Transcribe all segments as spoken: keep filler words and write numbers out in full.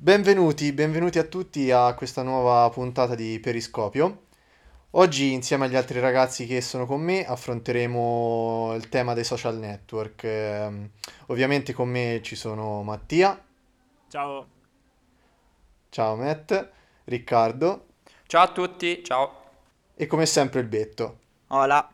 Benvenuti, benvenuti a tutti a questa nuova puntata di Periscopio. Oggi, insieme agli altri ragazzi che sono con me, affronteremo il tema dei social network. Ehm, ovviamente con me ci sono Mattia, Ciao. ciao Matt, Riccardo Ciao a tutti, ciao. e come sempre il Betto. Hola.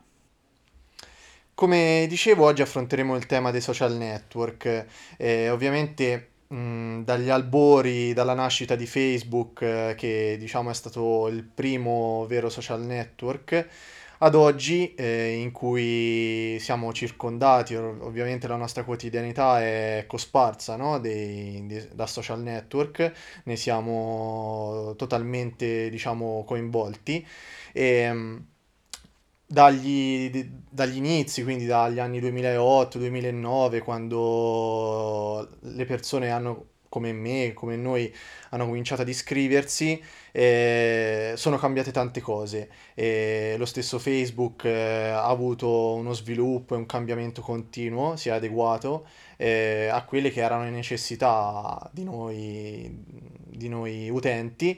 Come dicevo, oggi affronteremo il tema dei social network. Eh, ovviamente, mh, dagli albori, dalla nascita di Facebook, eh, che diciamo è stato il primo vero social network, ad oggi, eh, in cui siamo circondati, ov- ovviamente la nostra quotidianità è cosparsa, no? dei- di- da social network, ne siamo totalmente, diciamo, coinvolti. E, mh, dagli, di- dagli inizi, quindi dagli anni duemilaotto-duemilanove, quando le persone hanno, come me, come noi, hanno cominciato ad iscriversi, eh, sono cambiate tante cose. E lo stesso Facebook, eh, ha avuto uno sviluppo e un cambiamento continuo, si è adeguato, eh, a quelle che erano le necessità di noi, di noi utenti.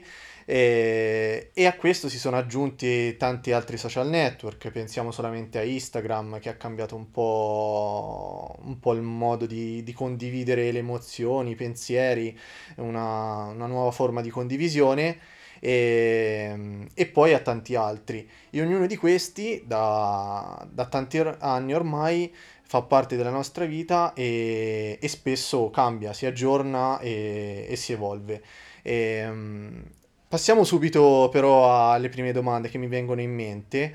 E, e a questo si sono aggiunti tanti altri social network, pensiamo solamente a Instagram che ha cambiato un po', un po' il modo di, di condividere le emozioni, i pensieri, una, una nuova forma di condivisione. E, e poi a tanti altri. E ognuno di questi, da, da tanti or- anni ormai, fa parte della nostra vita e, e spesso cambia, si aggiorna e, e si evolve. Ehm, Passiamo subito però alle prime domande che mi vengono in mente.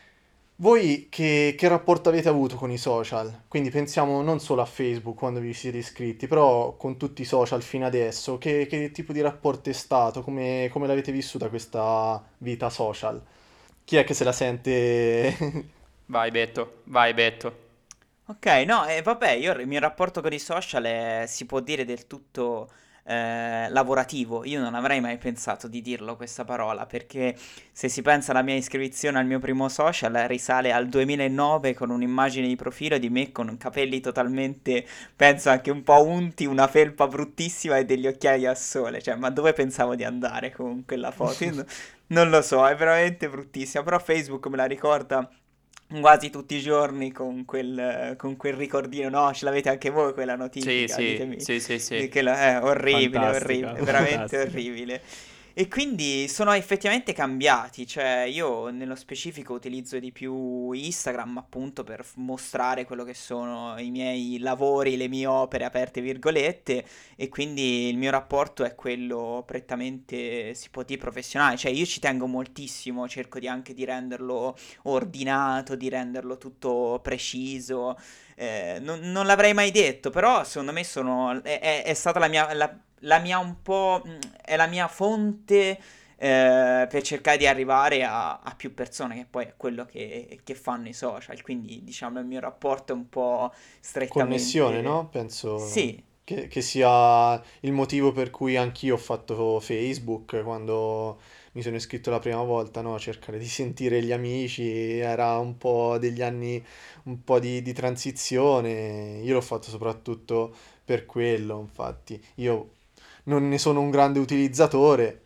Voi che, che rapporto avete avuto con i social? Quindi pensiamo non solo a Facebook quando vi siete iscritti, però con tutti i social fino adesso. Che, che tipo di rapporto è stato? Come, come l'avete vissuta questa vita social? Chi è che se la sente? Vai Betto, vai Betto. Ok, no, e vabbè, io il mio rapporto con i social è, si può dire del tutto eh, lavorativo. Io non avrei mai pensato di dirlo questa parola, perché se si pensa alla mia iscrizione al mio primo social, risale al duemilanove con un'immagine di profilo di me con capelli totalmente, penso anche un po' unti, una felpa bruttissima e degli occhiali a sole. Cioè, ma dove pensavo di andare con quella foto? Io no- non lo so, è veramente bruttissima, però Facebook me la ricorda quasi tutti i giorni con quel, con quel ricordino, no? Ce l'avete anche voi quella Sì, notifica? sì, Ditemi. sì, sì, Di sì. che la- È orribile, orribile, Fantastica, è veramente fantastica. orribile. E quindi sono effettivamente cambiati, cioè io nello specifico utilizzo di più Instagram appunto per f- mostrare quello che sono i miei lavori, le mie opere, aperte virgolette, e quindi il mio rapporto è quello prettamente, si può dire, professionale, cioè io ci tengo moltissimo, cerco di anche di renderlo ordinato, di renderlo tutto preciso. Eh, non, non l'avrei mai detto, però secondo me sono, è, è- è stata la mia, la, la mia un po', mh, è la mia fonte eh, per cercare di arrivare a, a più persone, che poi è quello che, che fanno i social. Quindi diciamo il mio rapporto è un po' Connessione, strettamente... no? Penso Sì, che, che sia il motivo per cui anch'io ho fatto Facebook quando mi sono iscritto la prima volta, no? Cercare di sentire gli amici, era un po' degli anni, un po' di, di transizione. Io l'ho fatto soprattutto per quello, infatti. Io non ne sono un grande utilizzatore,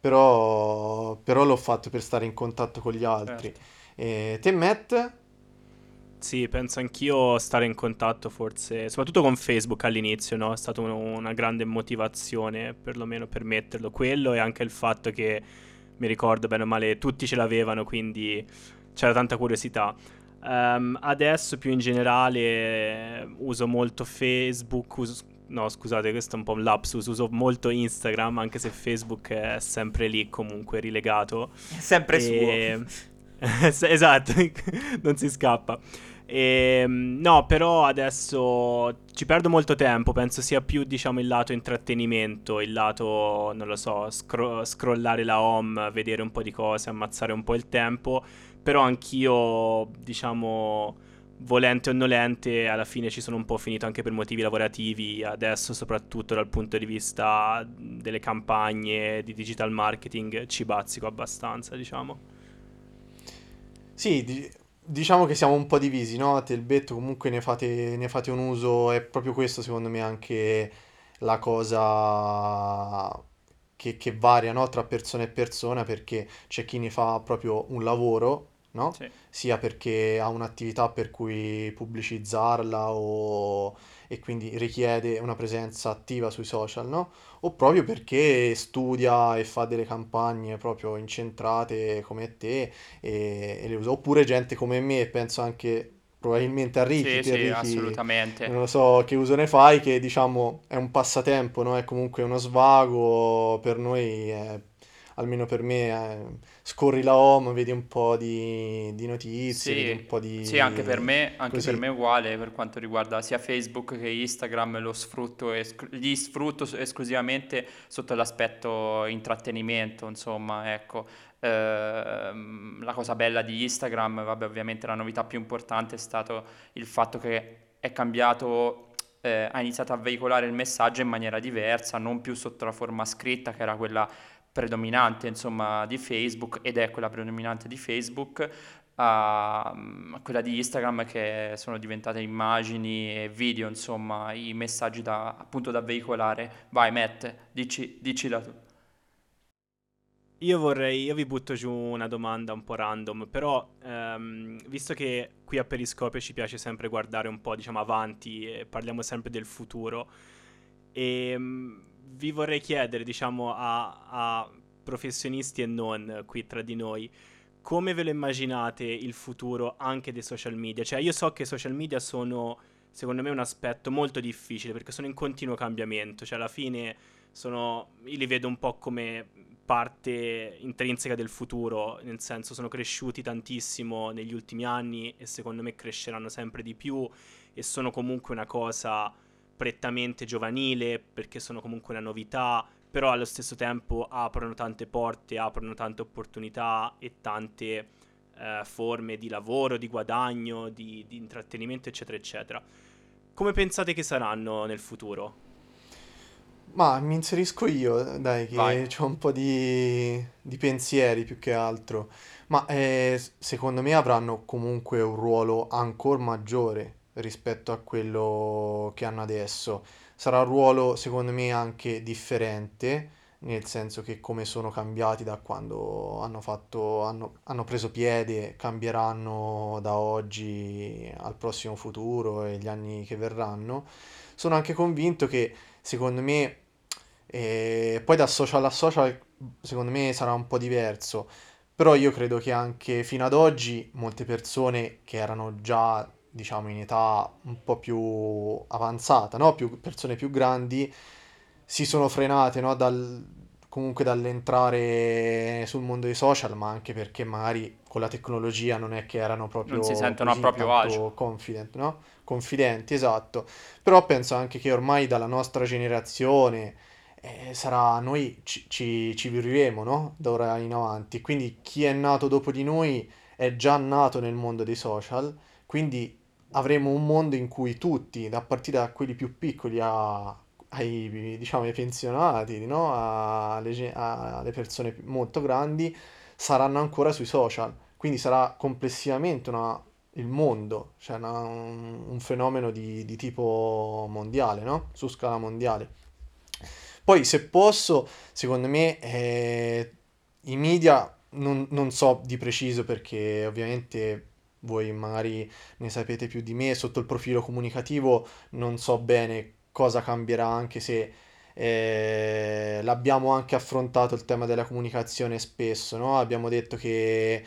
però, però l'ho fatto per stare in contatto con gli altri. Certo. E te, Matt? Sì, penso anch'io stare in contatto forse, soprattutto con Facebook all'inizio, no? È stata un- una grande motivazione, perlomeno per metterlo. Quello e anche il fatto che, mi ricordo bene o male, tutti ce l'avevano, quindi c'era tanta curiosità. Ehm, adesso più in generale eh, uso molto Facebook, us- no scusate, questo è un po' un lapsus, uso molto Instagram, anche se Facebook è sempre lì comunque rilegato. è sempre suo. E... esatto, non si scappa. E, no, però adesso ci perdo molto tempo, penso sia più, diciamo, il lato intrattenimento, il lato, non lo so, scro- scrollare la home, vedere un po' di cose, ammazzare un po' il tempo, però anch'io, diciamo, volente o nolente, alla fine ci sono un po' finito anche per motivi lavorativi, adesso soprattutto dal punto di vista delle campagne di digital marketing ci bazzico abbastanza, diciamo. Sì, di- diciamo che siamo un po' divisi, no? Te e il Betto comunque ne fate, ne fate un uso, è proprio questo secondo me anche la cosa che, che varia, no, tra persona e persona, perché c'è chi ne fa proprio un lavoro, no? Sì. Sia perché ha un'attività per cui pubblicizzarla o... e quindi richiede una presenza attiva sui social, no? O proprio perché studia e fa delle campagne proprio incentrate come te e, e le usa. Oppure gente come me, e penso anche probabilmente a Ricky, Sì, te sì, Ricky, non assolutamente. lo so che uso ne fai, che diciamo è un passatempo, no? È comunque uno svago, per noi, è- almeno per me, è- scorri la home, vedi un po' di, di notizie, vedi un Sì, po' sì, anche per di... me, anche per così. me è uguale per quanto riguarda sia Facebook che Instagram, lo sfrutto, esc- li sfrutto s- esclusivamente sotto l'aspetto intrattenimento, insomma, ecco. Ehm, la cosa bella di Instagram, vabbè, ovviamente la novità più importante è stato il fatto che è cambiato, eh, ha iniziato a veicolare il messaggio in maniera diversa, non più sotto la forma scritta, che era quella predominante, insomma, di Facebook, ed è quella predominante di Facebook, a, a quella di Instagram, che sono diventate immagini e video, insomma, i messaggi da, appunto da veicolare. Vai, Matt, dici, dicila tu. Io vorrei, io vi butto giù una domanda un po' random, però ehm, visto che qui a Periscopio ci piace sempre guardare un po', diciamo, avanti e parliamo sempre del futuro, ehm, vi vorrei chiedere, diciamo, a, a professionisti e non qui tra di noi, come ve lo immaginate il futuro anche dei social media? Cioè, io so che i social media sono, secondo me, un aspetto molto difficile perché sono in continuo cambiamento, cioè alla fine sono, io li vedo un po' come parte intrinseca del futuro, nel senso sono cresciuti tantissimo negli ultimi anni e secondo me cresceranno sempre di più e sono comunque una cosa prettamente giovanile perché sono comunque una novità, però allo stesso tempo aprono tante porte, aprono tante opportunità e tante eh, forme di lavoro, di guadagno, di, di intrattenimento, eccetera, eccetera. Come pensate che saranno nel futuro? Ma mi inserisco io, dai, Vai. che ho un po' di, di pensieri più che altro. Ma eh, s- secondo me avranno comunque un ruolo ancora maggiore rispetto a quello che hanno adesso. Sarà un ruolo, secondo me, anche differente, nel senso che come sono cambiati da quando hanno fatto, hanno, hanno preso piede, cambieranno da oggi al prossimo futuro e gli anni che verranno. Sono anche convinto che secondo me, e poi da social a social, secondo me sarà un po' diverso, però io credo che anche fino ad oggi molte persone che erano già, diciamo, in età un po' più avanzata, no? Più, persone più grandi, si sono frenate, no? Dal, comunque dall'entrare sul mondo dei social, ma anche perché magari con la tecnologia non è che erano Non si proprio sentono a così proprio agio. tanto confident, no? Confidenti, esatto. Però penso anche che ormai dalla nostra generazione eh, sarà, noi ci, ci, ci vivremo, no? Da ora in avanti. Quindi chi è nato dopo di noi è già nato nel mondo dei social, quindi avremo un mondo in cui tutti, da partire da quelli più piccoli a- ai, diciamo, ai pensionati, no? A- alle, ge- alle persone molto grandi, saranno ancora sui social. Quindi sarà complessivamente una il mondo, cioè una- un, un fenomeno di, di tipo mondiale, no? Su scala mondiale. Poi, se posso, secondo me, eh, i media non, non so di preciso perché ovviamente voi magari ne sapete più di me, sotto il profilo comunicativo non so bene cosa cambierà, anche se eh, l'abbiamo anche affrontato il tema della comunicazione spesso, no? Abbiamo detto che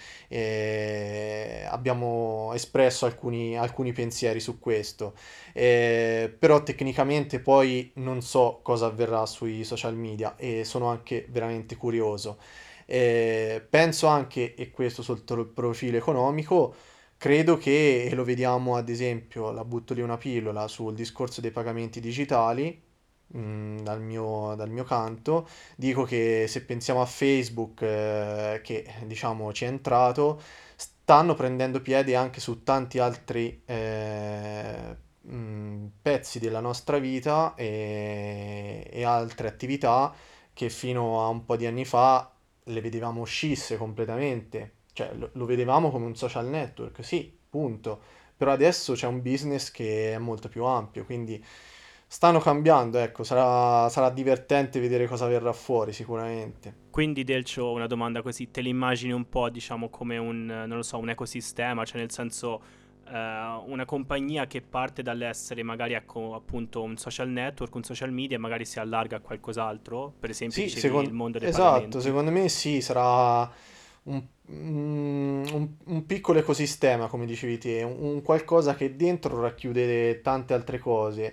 eh, abbiamo espresso alcuni, alcuni pensieri su questo. Eh, però tecnicamente poi non so cosa avverrà sui social media e sono anche veramente curioso. Eh, penso anche, e questo sotto il profilo economico, credo che, e lo vediamo ad esempio, la butto lì una pillola sul discorso dei pagamenti digitali, mh, dal mio, dal mio canto, dico che se pensiamo a Facebook, eh, che diciamo ci è entrato, stanno prendendo piede anche su tanti altri eh, mh, pezzi della nostra vita e, e altre attività che fino a un po' di anni fa le vedevamo scisse completamente, cioè lo, lo vedevamo come un social network, sì, punto, però adesso c'è un business che è molto più ampio, quindi stanno cambiando, ecco, sarà, sarà divertente vedere cosa verrà fuori sicuramente. Quindi Delcio, una domanda così, te li immagini un po', diciamo, come un, eh, non lo so, un ecosistema, cioè nel senso eh, una compagnia che parte dall'essere magari, ecco, appunto un social network, un social media e magari si allarga a qualcos'altro? Per esempio, Sì, dicevi il secon- mondo dei esatto, pagamenti. secondo me sì, sarà un, mm, un- un piccolo ecosistema, come dicevi te, un, un qualcosa che dentro racchiude tante altre cose,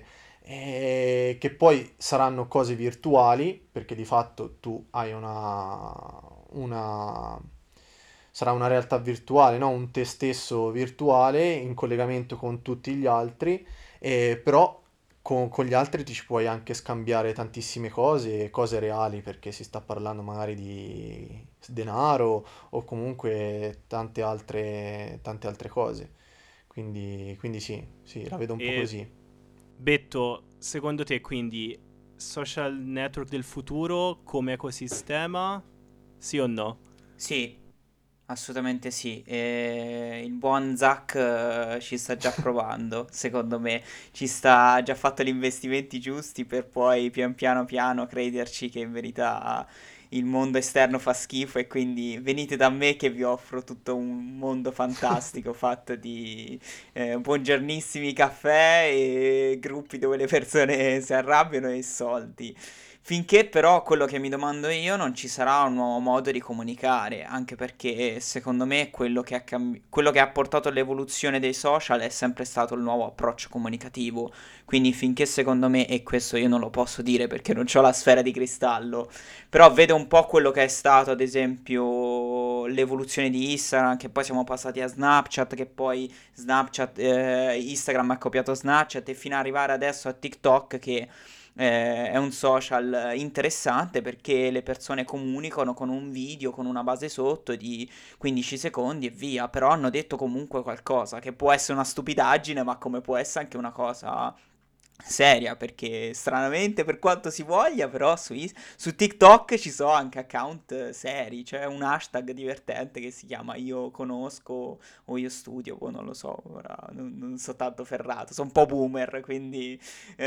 e che poi saranno cose virtuali, perché di fatto tu hai una, una sarà una realtà virtuale, no? Un te stesso virtuale in collegamento con tutti gli altri, e però con, con gli altri ti ci puoi anche scambiare tantissime cose, cose reali, perché si sta parlando magari di denaro o comunque tante altre, tante altre cose. Quindi, quindi sì, sì, la vedo un po' E così. Betto, secondo te quindi social network del futuro come ecosistema, sì o no? Sì, assolutamente sì. E il buon Zach eh, ci sta già provando, secondo me. Ci sta già fatto gli investimenti giusti per poi pian piano piano crederci che in verità il mondo esterno fa schifo e quindi venite da me che vi offro tutto un mondo fantastico fatto di eh, buongiornissimi caffè e gruppi dove le persone si arrabbiano e soldi. Finché però quello che mi domando io non ci sarà un nuovo modo di comunicare, anche perché secondo me quello che ha, cambi- quello che ha portato all'evoluzione dei social è sempre stato il nuovo approccio comunicativo. Quindi finché secondo me, e questo io non lo posso dire perché non ho la sfera di cristallo, però vedo un po' quello che è stato ad esempio l'evoluzione di Instagram, che poi siamo passati a Snapchat, che poi Snapchat, eh, Instagram ha copiato Snapchat e fino ad arrivare adesso a TikTok che eh, è un social interessante perché le persone comunicano con un video, con una base sotto di quindici secondi e via, però hanno detto comunque qualcosa, che può essere una stupidaggine, ma come può essere anche una cosa seria, perché stranamente per quanto si voglia, però su, Is- su TikTok ci sono anche account eh, seri, c'è un hashtag divertente che si chiama io conosco o io studio, boh, non lo so, ora non, non so tanto ferrato, sono un po' boomer, quindi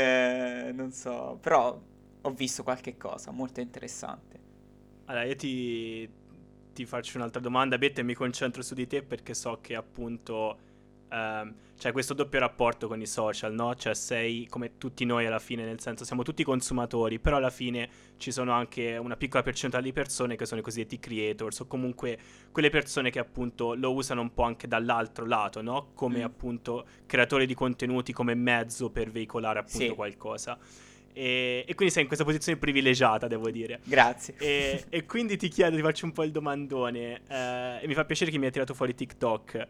eh, non so, però ho visto qualche cosa molto interessante. Allora, io ti, ti faccio un'altra domanda, Bette, e mi concentro su di te perché so che appunto ehm, c'è questo doppio rapporto con i social, no? Cioè sei come tutti noi alla fine, nel senso siamo tutti consumatori, però alla fine ci sono anche una piccola percentuale di persone che sono i cosiddetti creators o comunque quelle persone che appunto lo usano un po' anche dall'altro lato, no? Come Mm, appunto creatori di contenuti, come mezzo per veicolare appunto sì, qualcosa. E, e quindi sei in questa posizione privilegiata, devo dire. grazie. E, e quindi ti chiedo, ti faccio un po' il domandone, eh, e mi fa piacere che mi hai tirato fuori TikTok.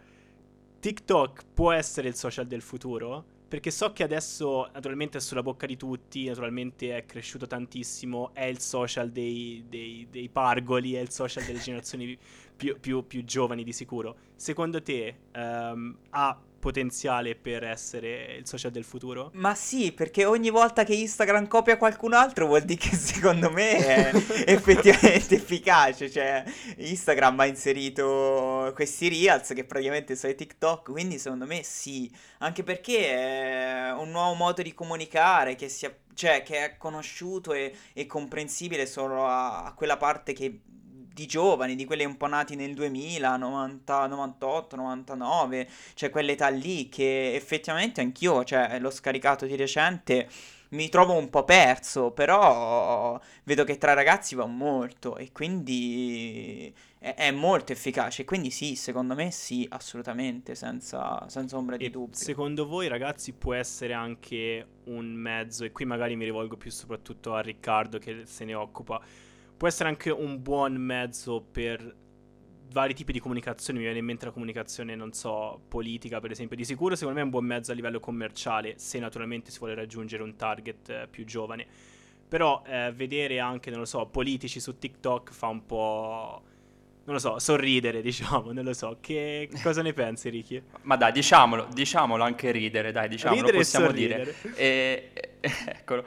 TikTok può essere il social del futuro? Perché so che adesso naturalmente è sulla bocca di tutti, naturalmente è cresciuto tantissimo, è il social dei, dei- dei pargoli, è il social delle generazioni più, più- più giovani di sicuro. Secondo te ehm, ha potenziale per essere il social del futuro? Ma sì, perché ogni volta che Instagram copia qualcun altro vuol dire che secondo me è effettivamente efficace. Cioè, Instagram ha inserito questi Reels che praticamente sono i TikTok, quindi secondo me sì. Anche perché è un nuovo modo di comunicare che sia, cioè, che è conosciuto e, e comprensibile solo a, a quella parte che di giovani, di quelli un po' nati nel duemila, novanta, novantotto, novantanove, cioè quell'età lì che effettivamente anch'io, cioè l'ho scaricato di recente, mi trovo un po' perso, però vedo che tra i ragazzi va molto e quindi è, è molto efficace, quindi sì, secondo me sì, assolutamente, senza, senza ombra di E dubbio. secondo voi, ragazzi, può essere anche un mezzo, e qui magari mi rivolgo più soprattutto a Riccardo che se ne occupa, può essere anche un buon mezzo per vari tipi di comunicazione, mi viene in mente la comunicazione, non so, politica per esempio, di sicuro secondo me è un buon mezzo a livello commerciale, se naturalmente si vuole raggiungere un target eh, più giovane, però eh, vedere anche, non lo so, politici su TikTok fa un po', non lo so, sorridere, diciamo, non lo so, che cosa ne pensi, Ricky? Ma dai, diciamolo, diciamolo anche ridere, dai, diciamolo, Ridere e possiamo dire. sorridere. E, eccolo.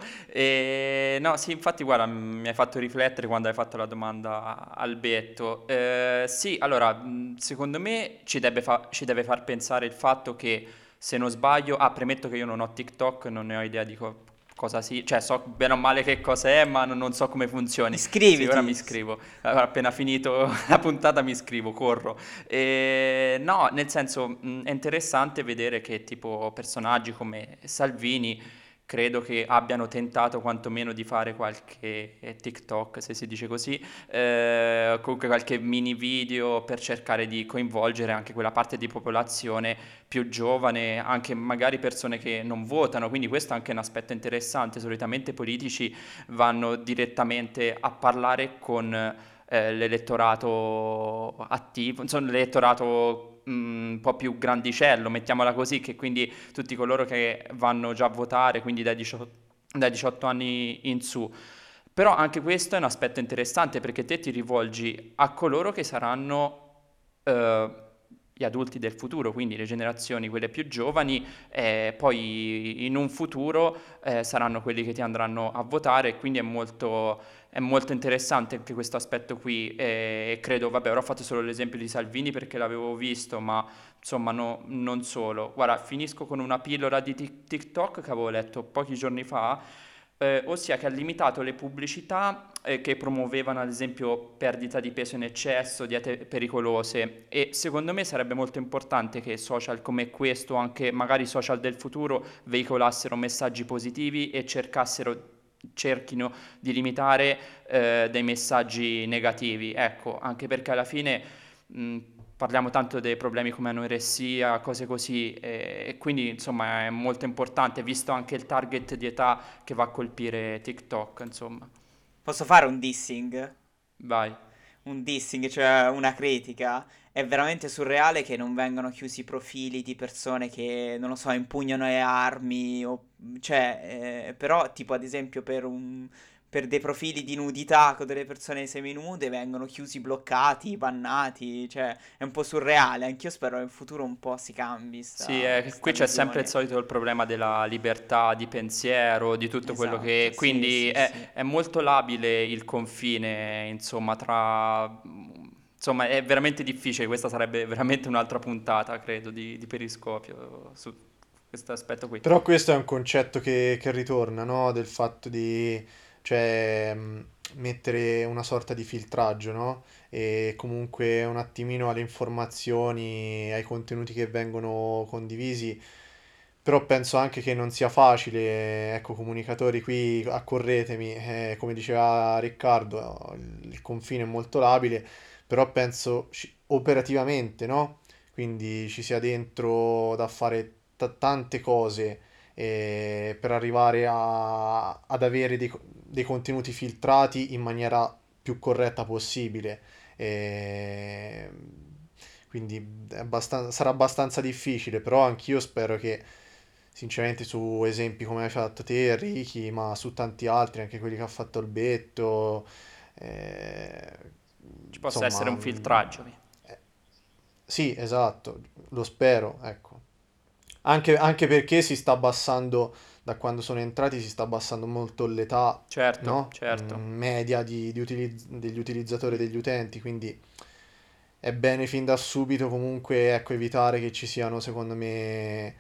E, no, sì, infatti, guarda, m- mi hai fatto riflettere quando hai fatto la domanda al Betto. Eh, sì, allora, mh, secondo me ci deve, fa- ci deve far pensare il fatto che, se non sbaglio, ah, premetto che io non ho TikTok, non ne ho idea di co- cosa sia, cioè so bene o male che cosa è, ma non, non so come funzioni. Iscriviti. Sì, ora mi iscrivo. Allora, appena finito la puntata mi iscrivo, corro. E, no, nel senso, mh, è interessante vedere che tipo personaggi come Salvini credo che abbiano tentato quantomeno di fare qualche eh, TikTok, se si dice così, eh, comunque qualche mini video per cercare di coinvolgere anche quella parte di popolazione più giovane, anche magari persone che non votano, quindi questo è anche un aspetto interessante. Solitamente i politici vanno direttamente a parlare con eh, l'elettorato attivo, insomma l'elettorato mh, un po' più grandicello, mettiamola così, che quindi tutti coloro che vanno già a votare, quindi dai diciotto, dai diciotto anni in su. Però anche questo è un aspetto interessante perché te ti rivolgi a coloro che saranno eh, gli adulti del futuro, quindi le generazioni, quelle più giovani, e poi in un futuro eh, saranno quelli che ti andranno a votare, e quindi è molto, è molto interessante anche questo aspetto qui. E credo, vabbè, ora ho fatto solo l'esempio di Salvini perché l'avevo visto, ma insomma no, non solo. Guarda, finisco con una pillola di Tik- TikTok che avevo letto pochi giorni fa, eh, ossia che ha limitato le pubblicità eh, che promuovevano ad esempio perdita di peso in eccesso, diete pericolose, e secondo me sarebbe molto importante che social come questo, anche magari social del futuro, veicolassero messaggi positivi e cercassero cerchino di limitare eh, dei messaggi negativi, ecco, anche perché alla fine mh, parliamo tanto dei problemi come anoressia, cose così, e, e quindi insomma è molto importante, visto anche il target di età che va a colpire TikTok, insomma. Posso fare un dissing? Vai. Un dissing, cioè una critica. È veramente surreale che non vengano chiusi i profili di persone che, non lo so, impugnano le armi, o, cioè, eh, però tipo ad esempio per un, per dei profili di nudità con delle persone seminude vengono chiusi, bloccati, bannati, cioè è un po' surreale. Anch'io spero che in futuro un po' si cambi Sì, sta, eh, sta qui c'è sempre il visione. solito il problema della libertà di pensiero, di tutto quello Esatto, che... sì, Quindi sì, è, sì. è molto labile il confine, insomma, tra... Insomma, è veramente difficile, questa sarebbe veramente un'altra puntata, credo, di, di Periscopio su questo aspetto qui. Però questo è un concetto che, che ritorna, no? Del fatto di, cioè, mh, mettere una sorta di filtraggio, no? E comunque un attimino alle informazioni, ai contenuti che vengono condivisi. Però penso anche che non sia facile, ecco, comunicatori qui, accorretemi, eh, come diceva Riccardo, il, il confine è molto labile, però penso ci- operativamente, no? Quindi ci sia dentro da fare t- tante cose eh, per arrivare a- ad avere dei, co- dei contenuti filtrati in maniera più corretta possibile. E quindi è abbastan- sarà abbastanza difficile, però anch'io spero che, sinceramente, su esempi come hai fatto te, Ricky, ma su tanti altri, anche quelli che ha fatto il Betto, eh, Ci possa essere insomma, un mh, filtraggio. eh, sì, esatto, lo spero, ecco. Anche, anche perché si sta abbassando, da quando sono entrati, si sta abbassando molto l'età, Certo, no? certo. Mm, media di, di utilizz- degli utilizzatori e degli utenti, quindi è bene fin da subito comunque, ecco, evitare che ci siano, secondo me,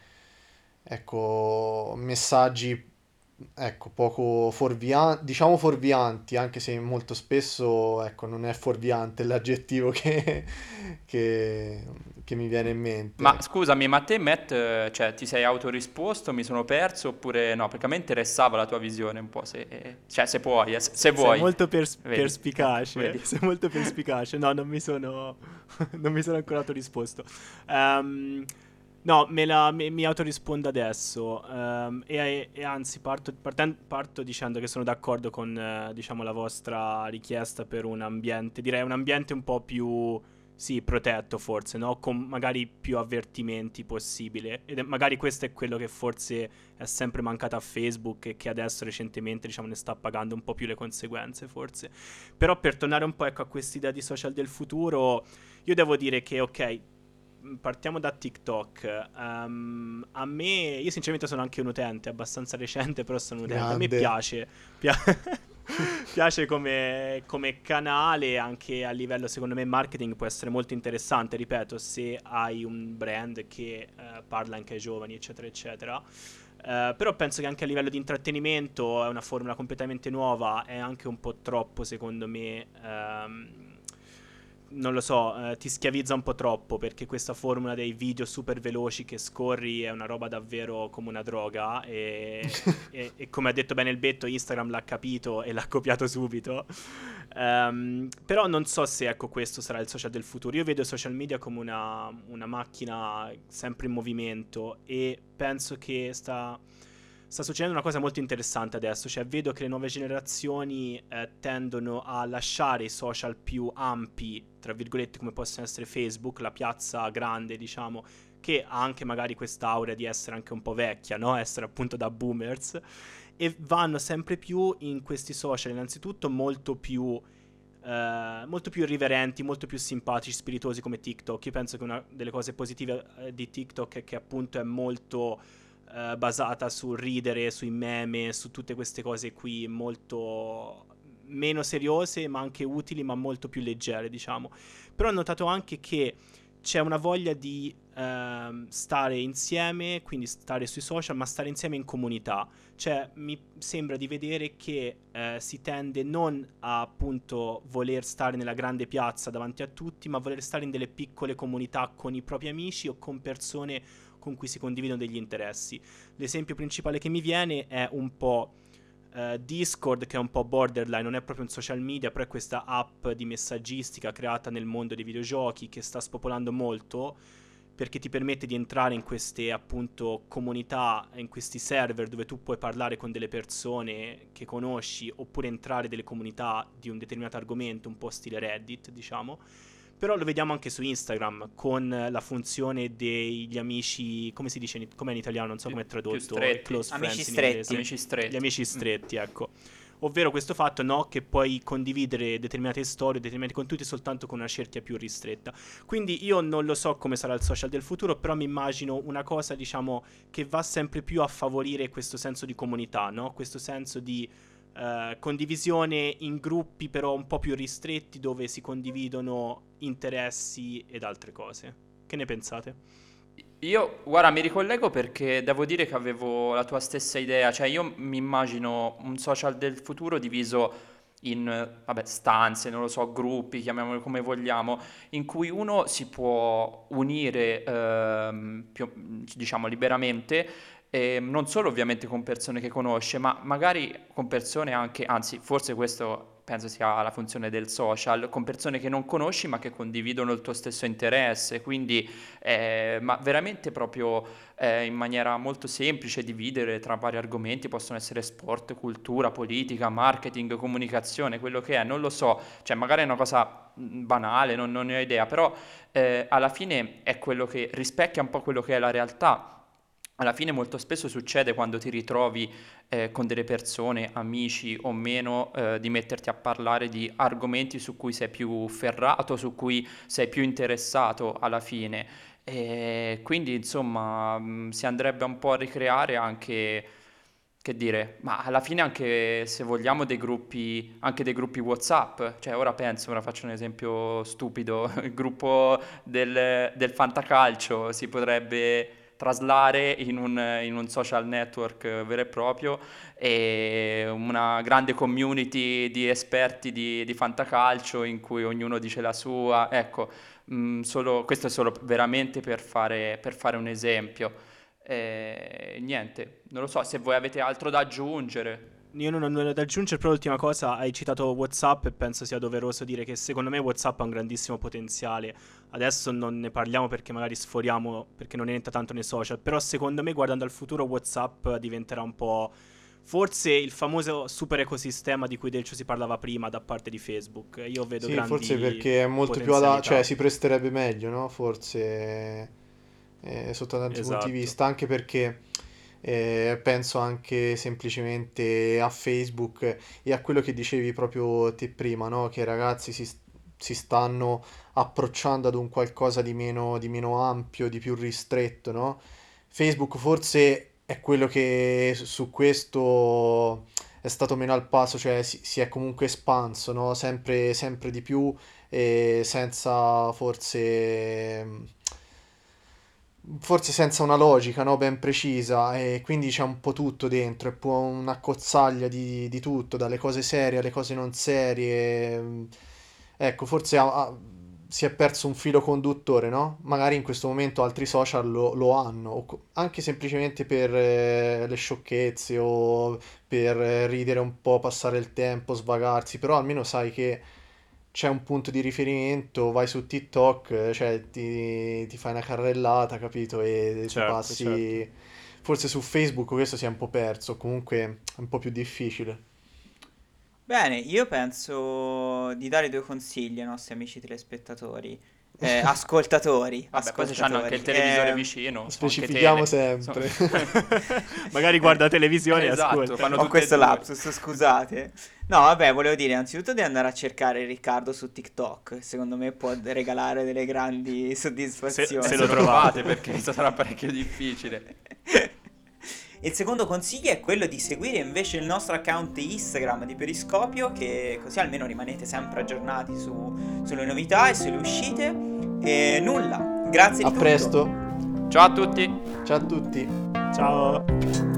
ecco, messaggi, ecco, poco fuorvianti, diciamo fuorvianti, anche se molto spesso, ecco, non è fuorviante l'aggettivo che, che, che mi viene in mente, Ma ecco. scusami, ma te, Matt, eh, cioè, ti sei autorisposto, mi sono perso, oppure no? Perché a me interessava la tua visione un po', se, cioè, se puoi, eh, se se Sei vuoi. molto pers- Vedi, ecco, perspicace, vedi. sei molto perspicace. No, non mi sono, non mi sono ancora autorisposto. Ehm, no, me la, mi, mi autorispondo adesso. Ehm, e, e anzi, parto, parten- parto dicendo che sono d'accordo con, eh, diciamo, la vostra richiesta per un ambiente, direi un ambiente un po' più, sì, protetto forse, no? Con magari più avvertimenti possibile. Ed è- magari questo è quello che forse è sempre mancato a Facebook e che adesso recentemente, diciamo, ne sta pagando un po' più le conseguenze, forse. Però per tornare un po', ecco, a quest'idea di social del futuro, io devo dire che, ok, mh, partiamo da TikTok. Ehm, a me, io sinceramente sono anche un utente, abbastanza recente, però sono un utente. A me Grande. piace, pia- piace come, come canale, anche a livello, secondo me, marketing può essere molto interessante, ripeto, se hai un brand che eh, parla anche ai giovani, eccetera, eccetera. Eh, però penso che anche a livello di intrattenimento è una formula completamente nuova, è anche un po' troppo secondo me, ehm, non lo so, eh, ti schiavizza un po' troppo perché questa formula dei video super veloci che scorri è una roba davvero come una droga e, e- e come ha detto bene il Betto, Instagram l'ha capito e l'ha copiato subito. Ehm, però non so se ecco questo sarà il social del futuro. Io vedo i social media come una, una macchina sempre in movimento e penso che sta, sta succedendo una cosa molto interessante adesso, cioè vedo che le nuove generazioni eh, tendono a lasciare i social più ampi, tra virgolette come possono essere Facebook, la piazza grande diciamo, che ha anche magari quest'aura di essere anche un po' vecchia, no? Essere appunto da boomers, e vanno sempre più in questi social, innanzitutto molto più, eh, molto più irriverenti, molto più simpatici, spiritosi come TikTok. Io penso che una delle cose positive eh, di TikTok è che appunto è molto eh, basata sul ridere, sui meme, su tutte queste cose qui, molto meno seriose ma anche utili, ma molto più leggere, diciamo. Però ho notato anche che c'è una voglia di ehm, stare insieme, quindi stare sui social, ma stare insieme in comunità. Cioè, mi sembra di vedere che eh, si tende non a appunto voler stare nella grande piazza davanti a tutti, ma voler stare in delle piccole comunità con i propri amici o con persone con cui si condividono degli interessi. L'esempio principale che mi viene è un po' eh, Discord, che è un po' borderline, non è proprio un social media, però è questa app di messaggistica creata nel mondo dei videogiochi che sta spopolando molto perché ti permette di entrare in queste appunto comunità, in questi server dove tu puoi parlare con delle persone che conosci oppure entrare delle comunità di un determinato argomento, un po' stile Reddit, diciamo. Però lo vediamo anche su Instagram con la funzione degli amici, come si dice, in- com'è in italiano, non so Più, come è più tradotto, i stretti, close Amici friends in stretti. inglese, amici gli stretti. amici Mm. stretti, ecco. Ovvero questo fatto, no, che puoi condividere determinate storie, determinati contenuti soltanto con una cerchia più ristretta. Quindi io non lo so come sarà il social del futuro, però mi immagino una cosa, diciamo, che va sempre più a favorire questo senso di comunità, no? Questo senso di eh, condivisione in gruppi però un po' più ristretti dove si condividono interessi ed altre cose. Che ne pensate? Io, guarda, mi ricollego perché devo dire che avevo la tua stessa idea, cioè io mi immagino un social del futuro diviso in, eh, vabbè, stanze, non lo so, gruppi, chiamiamoli come vogliamo, in cui uno si può unire, ehm, più- diciamo, liberamente, e non solo ovviamente con persone che conosce, ma magari con persone anche, anzi, forse questo penso sia la funzione del social, con persone che non conosci ma che condividono il tuo stesso interesse, quindi eh, ma veramente proprio eh, in maniera molto semplice dividere tra vari argomenti, possono essere sport, cultura, politica, marketing, comunicazione, quello che è, non lo so, cioè magari è una cosa mh, banale, non, non ne ho idea, però eh, alla fine è quello che rispecchia un po' quello che è la realtà. Alla fine molto spesso succede quando ti ritrovi eh, con delle persone, amici o meno, eh, di metterti a parlare di argomenti su cui sei più ferrato, su cui sei più interessato alla fine. E quindi insomma mh, si andrebbe un po' a ricreare anche, che dire, ma alla fine anche se vogliamo dei gruppi, anche dei gruppi WhatsApp, cioè ora penso, ora faccio un esempio stupido, il gruppo del, del fantacalcio si potrebbe traslare in un, in un social network vero e proprio e una grande community di esperti di, di fantacalcio in cui ognuno dice la sua, ecco. Mm, solo- questo è solo veramente per fare, per fare un esempio. E niente, non lo so se voi avete altro da aggiungere. Io non ho nulla da aggiungere, però l'ultima cosa, hai citato WhatsApp e penso sia doveroso dire che secondo me WhatsApp ha un grandissimo potenziale. Adesso non ne parliamo perché magari sforiamo, perché non entra tanto nei social, però secondo me guardando al futuro WhatsApp diventerà un po' forse il famoso super ecosistema di cui Delcio si parlava prima da parte di Facebook. Io vedo Sì, forse grandi perché è molto più adatto, cioè potenzialità. si presterebbe meglio, no? Forse eh, sotto tanti punti di Esatto. vista, anche perché eh, penso anche semplicemente a Facebook e a quello che dicevi proprio te prima, no? Che i ragazzi si, si stanno approcciando ad un qualcosa di meno, di meno ampio, di più ristretto, no? Facebook forse è quello che su su questo è stato meno al passo, cioè si, si è comunque espanso, no? Sempre, sempre di più e senza forse forse senza una logica, no, ben precisa, e quindi c'è un po' tutto dentro, è un po' una cozzaglia di, di tutto, dalle cose serie alle cose non serie. Ecco, forse ha- ha- si è perso un filo conduttore, no? Magari in questo momento altri social lo, lo hanno, o co- anche semplicemente per eh, le sciocchezze o per eh, ridere un po', passare il tempo, svagarsi, però almeno sai che c'è un punto di riferimento, vai su TikTok, eh, cioè ti, ti fai una carrellata, capito? E ti Certo, certo. passi. Forse su Facebook questo si è un po' perso, comunque è un po' più difficile. Bene, io penso di dare due consigli ai nostri amici telespettatori, eh, ascoltatori, Vabbè, poi se c'hanno anche il ascoltatori. televisore Eh, vicino, o anche Specifichiamo tele. Insomma. sempre. Magari guarda televisione e Esatto, ascolta. fanno ho tutte e questo due. lapsus, scusate. No, vabbè, volevo dire innanzitutto di andare a cercare Riccardo su TikTok. Secondo me può regalare delle grandi Se, soddisfazioni. se Se lo lo trovate. trovate, perché sarà parecchio difficile. Il secondo consiglio è quello di seguire invece il nostro account Instagram di Periscopio, che così almeno rimanete sempre aggiornati su- sulle novità e sulle uscite. E nulla, grazie A di tutto. presto, Ciao a tutti! ciao a tutti. Ciao.